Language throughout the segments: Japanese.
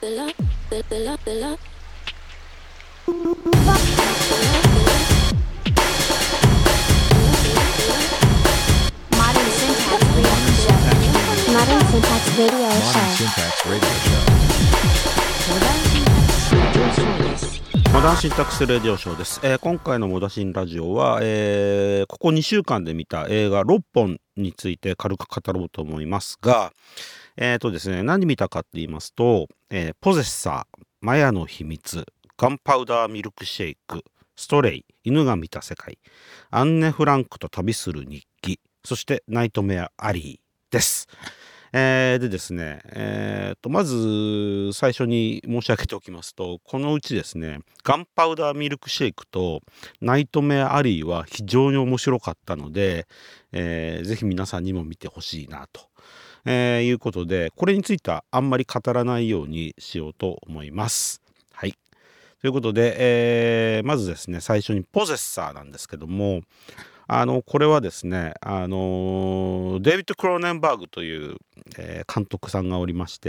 モダンシンタックスレディオショーです。今回のモダシンラジオは、ここ2週間で見た映画6本について軽く語ろうと思いますが、ですね、何見たかって言いますと、ポゼッサー、マヤの秘密、ガンパウダーミルクシェイク、ストレイ、犬が見た世界、アンネ・フランクと旅する日記、そしてナイトメア・アリーです。でですね、まず最初に申し上げておきますと、このうちですね、ガンパウダーミルクシェイクとナイトメア・アリーは非常に面白かったので、ぜひ皆さんにも見てほしいなと、いうことで、これについてはあんまり語らないようにしようと思います。はい。ということで、まずですね、最初にポゼッサーなんですけども、これはですね、デイビッド・クローネンバーグという、監督さんがおりまして、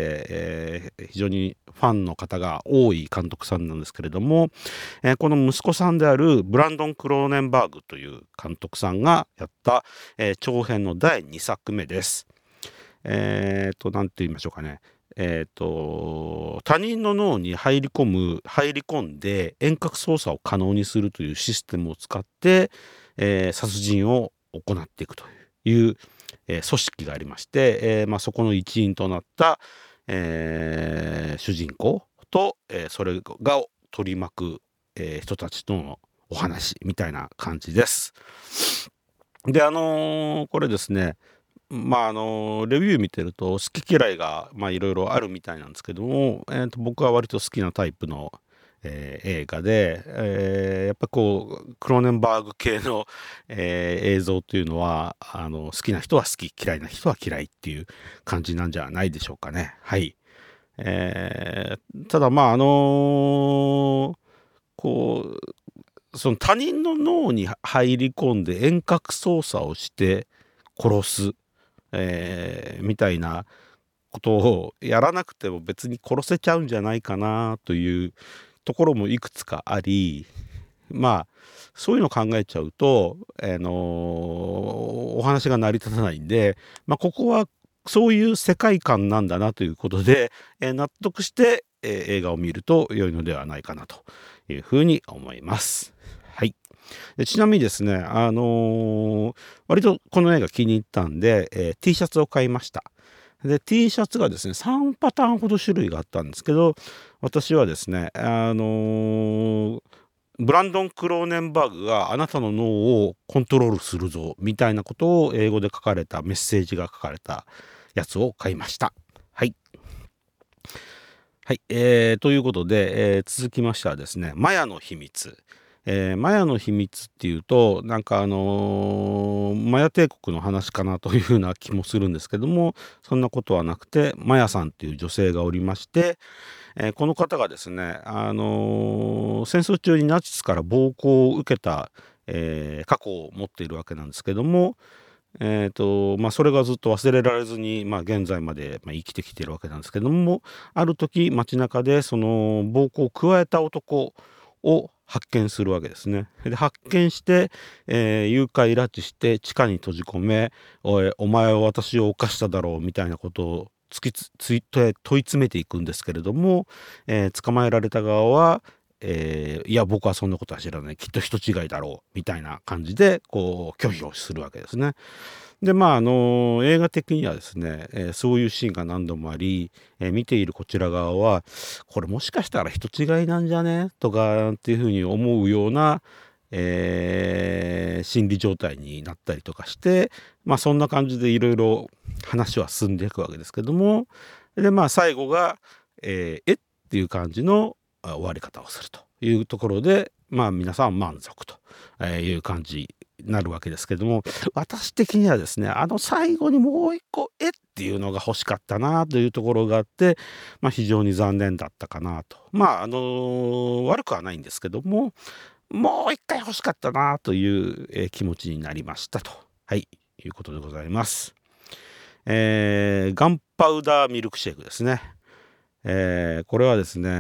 非常にファンの方が多い監督さんなんですけれども、この息子さんであるブランドン・クローネンバーグという監督さんがやった、長編の第2作目です。なんて言いましょうかね。他人の脳に入り込んで遠隔操作を可能にするというシステムを使って、殺人を行っていくという、組織がありまして、そこの一員となった、主人公と、それが取り巻く、人たちとのお話みたいな感じです。で、これですね、レビュー見てると好き嫌いがいろいろあるみたいなんですけども、僕は割と好きなタイプの、映画で、やっぱこうクローネンバーグ系の、映像というのは好きな人は好き、嫌いな人は嫌いっていう感じなんじゃないでしょうかね。はい。ただその他人の脳に入り込んで遠隔操作をして殺す、みたいなことをやらなくても別に殺せちゃうんじゃないかなというところもいくつかあり、そういうのを考えちゃうと、お話が成り立たないんで、ここはそういう世界観なんだなということで、納得して、映画を見ると良いのではないかなというふうに思います。はい。でちなみにですね、割とこの映画気に入ったんで、T シャツを買いました。で T シャツがですね3パターンほど種類があったんですけど、私はですね、ブランドン・クローネンバーグがあなたの脳をコントロールするぞみたいなことを英語で書かれたメッセージが書かれたやつを買いました。はい。はい、ということで、続きましてはですね、マヤの秘密。マヤの秘密っていうとなんかマヤ帝国の話かなというふうな気もするんですけども、そんなことはなくて、マヤさんっていう女性がおりまして、この方がですね、戦争中にナチスから暴行を受けた、過去を持っているわけなんですけども、それがずっと忘れられずに、現在まで、生きてきているわけなんですけども、ある時街中でその暴行を加えた男を発見するわけですね。で発見して、誘拐拉致して地下に閉じ込め、お前は私を犯しただろうみたいなことを問い詰めていくんですけれども、捕まえられた側は、いや僕はそんなことは知らない、きっと人違いだろうみたいな感じでこう拒否をするわけですね。で映画的にはですね、そういうシーンが何度もあり、見ているこちら側はこれもしかしたら人違いなんじゃねとかっていうふうに思うような、心理状態になったりとかして、そんな感じでいろいろ話は進んでいくわけですけども、で最後が、っていう感じの終わり方をするというところで、皆さん満足という感じになるわけですけども、私的にはですね、最後にもう一個っていうのが欲しかったなというところがあって、非常に残念だったかなと。悪くはないんですけども、もう一回欲しかったなという、気持ちになりましたと、いうことでございます。ガンパウダーミルクシェイクですね。 これはですね、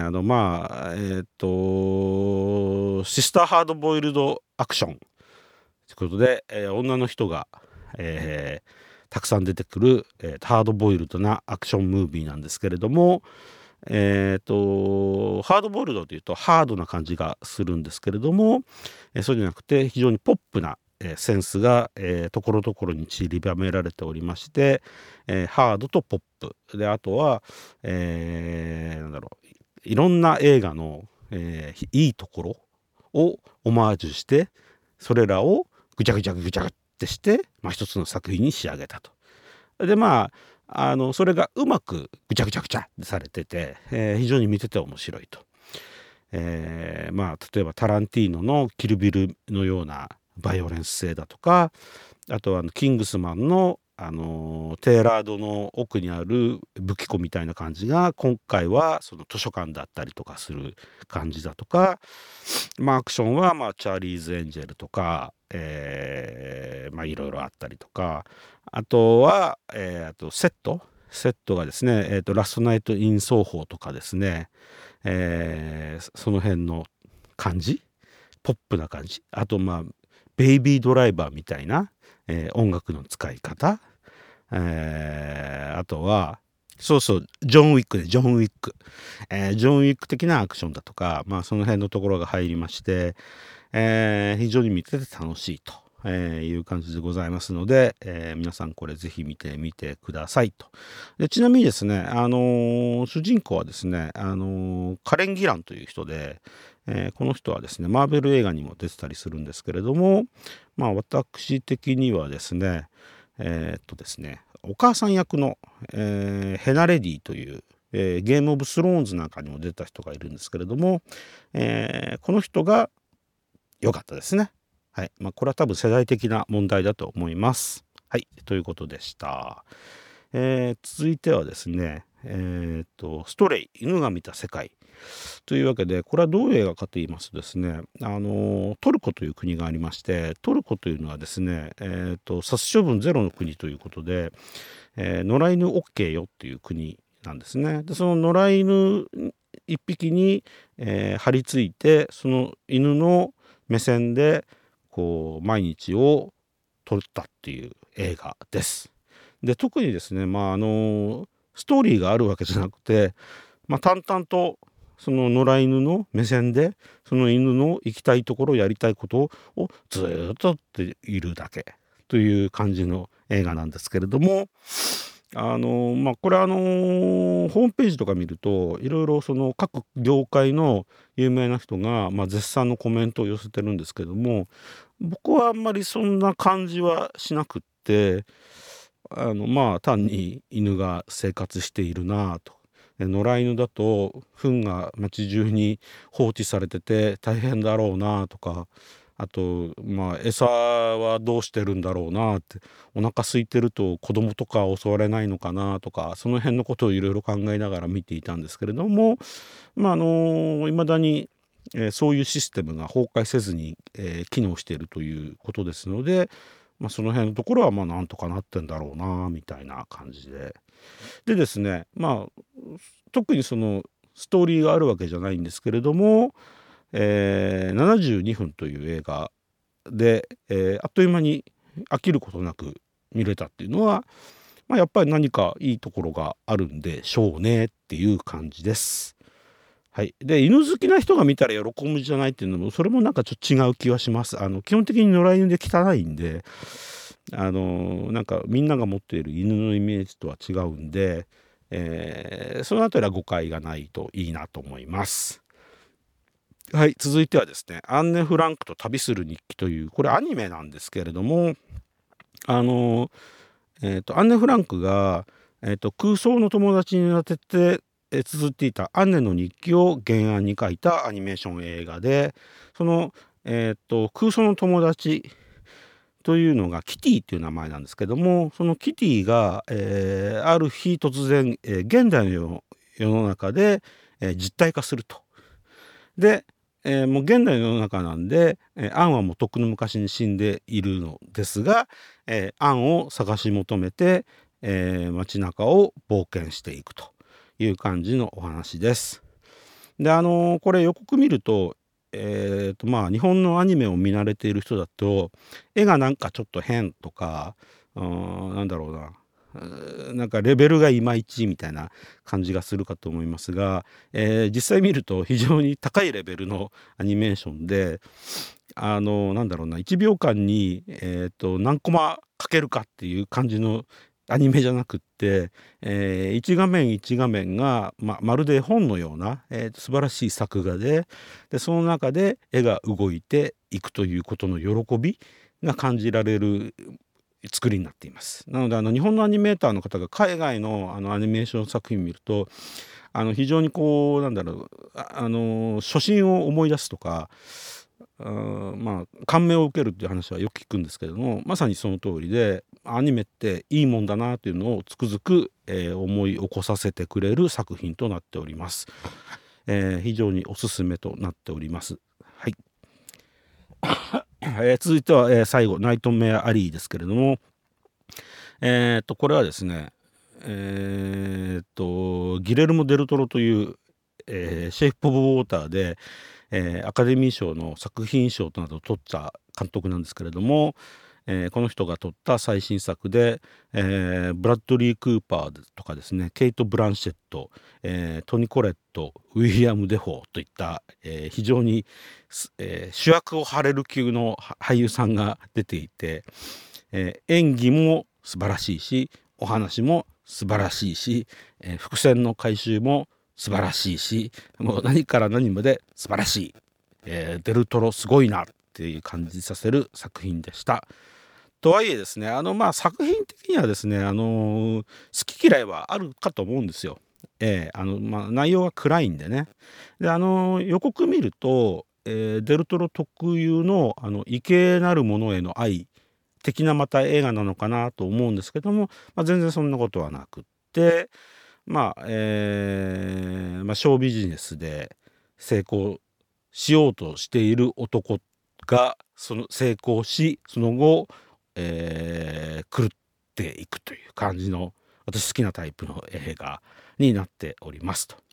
シスターハードボイルドアクションということで、女の人が、たくさん出てくる、ハードボイルドなアクションムービーなんですけれども、ハードボイルドというとハードな感じがするんですけれども、そうじゃなくて非常にポップな、センスが、ところどころに散りばめられておりまして、ハードとポップで、あとは、いろんな映画の、いいところをオマージュして、それらをぐちゃぐちゃぐちゃってして、一つの作品に仕上げたと。でそれがうまくぐちゃぐちゃぐちゃされてて、非常に見てて面白いと。例えばタランティーノのキルビルのようなバイオレンス性だとか、あとはキングスマンの、テーラードの奥にある武器庫みたいな感じが今回はその図書館だったりとかする感じだとか、アクションはチャーリーズ・エンジェルとか、いろいろあったりとか、あとは、あとセットがですね、ラストナイト・イン・奏法とかですね、その辺の感じ、ポップな感じ、あとベイビードライバーみたいな、音楽の使い方、あとはジョン・ウィック、ジョン・ウィック的なアクションだとか、その辺のところが入りまして、非常に見てて楽しいという感じでございますので、皆さんこれぜひ見てみてくださいと。でちなみにですね、主人公はですね、カレン・ギランという人で、この人はですねマーベル映画にも出てたりするんですけれども、私的にはですねですねお母さん役の、ヘナ・レディという、ゲームオブスローンズなんかにも出た人がいるんですけれども、この人が良かったですね。はい。これは多分世代的な問題だと思います。はい。ということでした。続いてはですね、ストレイ、犬が見た世界。というわけで、これはどういう映画かと言いますとですね、トルコという国がありまして、トルコというのはですね、殺処分ゼロの国ということで、野良犬 OK よっていう国なんですね。で、その野良犬一匹に、張り付いて、その犬の目線でこう毎日を撮ったっていう映画です。で、特にですね、ストーリーがあるわけじゃなくて、淡々とその野良犬の目線でその犬の行きたいところやりたいことをずっとっているだけという感じの映画なんですけれども、これホームページとか見るといろいろその各業界の有名な人が、絶賛のコメントを寄せてるんですけども、僕はあんまりそんな感じはしなくって、単に犬が生活しているなぁと。野良犬だと糞が街中に放置されてて大変だろうなとか、あと餌はどうしてるんだろうなって、お腹空いてると子供とか襲われないのかなとか、その辺のことをいろいろ考えながら見ていたんですけれども、未だに、そういうシステムが崩壊せずに、機能しているということですので、その辺のところはなんとかなってんだろうなみたいな感じでですね、特にそのストーリーがあるわけじゃないんですけれども、72分という映画で、あっという間に飽きることなく見れたっていうのは、やっぱり何かいいところがあるんでしょうねっていう感じです。はい、で犬好きな人が見たら喜ぶじゃないっていうのも、それもなんかちょっと違う気はします。基本的に野良犬で汚いんで、なんかみんなが持っている犬のイメージとは違うんで、そのあたりは誤解がないといいなと思います。はい、続いてはですね、アンネ・フランクと旅する日記という、これアニメなんですけれども、アンネ・フランクが、空想の友達に当てて、綴っていたアンネの日記を原案に書いたアニメーション映画で、その、空想の友達というのがキティっていう名前なんですけども、そのキティが、ある日突然、現代の世の中で、実体化すると。で、もう現代の世の中なんで、アンはもうとっくの昔に死んでいるのですが、アンを探し求めて、街中を冒険していくという感じのお話です。でこれ予告見ると日本のアニメを見慣れている人だと絵がなんかちょっと変とかなんだろうななんかレベルがいまいちみたいな感じがするかと思いますが、実際見ると非常に高いレベルのアニメーションでなんだろうな1秒間に、何コマかけるかっていう感じのアニメじゃなくって、一画面一画面が、まるで本のような、素晴らしい作画でその中で絵が動いていくということの喜びが感じられる作りになっています。なので日本のアニメーターの方が海外のアニメーション作品見ると非常にこうなんだろう初心を思い出すとか感銘を受けるっていう話はよく聞くんですけれども、まさにその通りでアニメっていいもんだなというのをつくづく、思い起こさせてくれる作品となっております。非常におすすめとなっております。はい。続いては、最後ナイトメアアリーですけれども、これはですねギレルモ・デルトロという、シェイプ・オブ・ウォーターで、アカデミー賞の作品賞などを取った監督なんですけれども、この人が撮った最新作で、ブラッドリー・クーパーとかですねケイト・ブランシェット、トニ・コレット、ウィリアム・デフォーといった、非常に、主役を張れる級の俳優さんが出ていて、演技も素晴らしいしお話も素晴らしいし、伏線の回収も素晴らしいしもう何から何まで素晴らしい、デルトロすごいなっていう感じさせる作品でした。とはいえですね作品的にはですね好き嫌いはあるかと思うんですよ。内容は暗いんでね。で予告見ると、デルトロ特有の畏敬なるものへの愛的なまた映画なのかなと思うんですけども、全然そんなことはなくってショービジネスで成功しようとしている男がその成功しその後、狂っていくという感じの私好きなタイプの映画になっておりますと。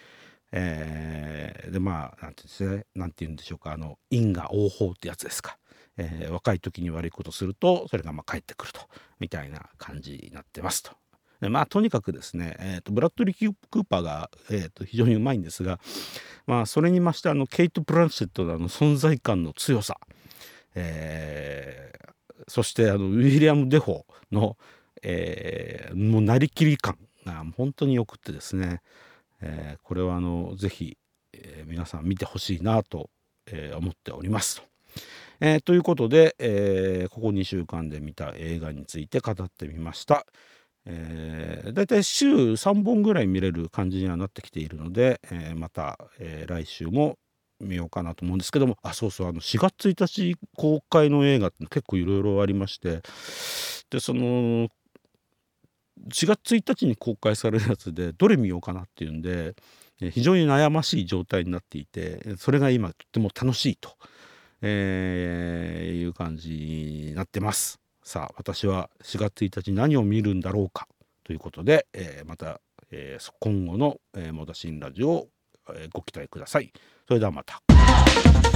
でなんて言うんでしょうか因果応報ってやつですか。若い時に悪いことするとそれが返ってくるとみたいな感じになってますと。とにかくですね、ブラッドリー・クーパーが、非常にうまいんですが、それに増してケイト・ブランシェットの存在感の強さ、そしてウィリアム・デフォーの、もうなりきり感が本当によくってですね、これはぜひ、皆さん見てほしいなと、思っておりますと。ということで、ここ2週間で見た映画について語ってみました。だいたい週3本ぐらい見れる感じにはなってきているので、また、来週も見ようかなと思うんですけどもそう4月1日公開の映画って結構いろいろありましてでその4月1日に公開されるやつでどれ見ようかなっていうんで非常に悩ましい状態になっていてそれが今とっても楽しいと、いう感じになってます。さあ私は4月1日何を見るんだろうかということで、また、今後の、モダシンラジオを、ご期待ください。それではまた。